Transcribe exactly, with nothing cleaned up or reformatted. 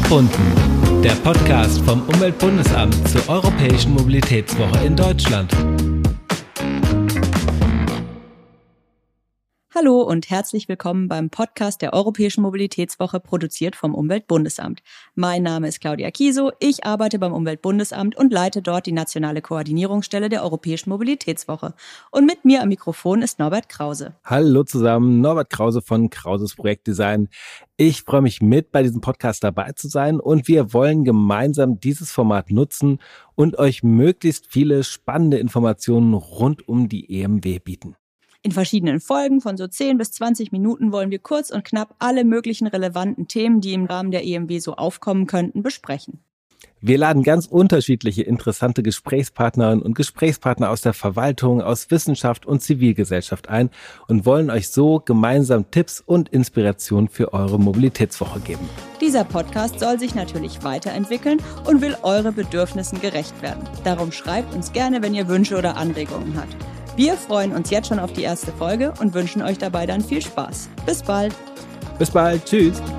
Verbunden, der Podcast vom Umweltbundesamt zur Europäischen Mobilitätswoche in Deutschland. Hallo und herzlich willkommen beim Podcast der Europäischen Mobilitätswoche, produziert vom Umweltbundesamt. Mein Name ist Claudia Kiesow, ich arbeite beim Umweltbundesamt und leite dort die nationale Koordinierungsstelle der Europäischen Mobilitätswoche. Und mit mir am Mikrofon ist Norbert Krause. Hallo zusammen, Norbert Krause von Krauses Projektdesign. Ich freue mich mit, bei diesem Podcast dabei zu sein und wir wollen gemeinsam dieses Format nutzen und euch möglichst viele spannende Informationen rund um die E M W bieten. In verschiedenen Folgen von so zehn bis zwanzig Minuten wollen wir kurz und knapp alle möglichen relevanten Themen, die im Rahmen der E M W so aufkommen könnten, besprechen. Wir laden ganz unterschiedliche interessante Gesprächspartnerinnen und Gesprächspartner aus der Verwaltung, aus Wissenschaft und Zivilgesellschaft ein und wollen euch so gemeinsam Tipps und Inspirationen für eure Mobilitätswoche geben. Dieser Podcast soll sich natürlich weiterentwickeln und will eure Bedürfnissen gerecht werden. Darum schreibt uns gerne, wenn ihr Wünsche oder Anregungen habt. Wir freuen uns jetzt schon auf die erste Folge und wünschen euch dabei dann viel Spaß. Bis bald. Bis bald. Tschüss.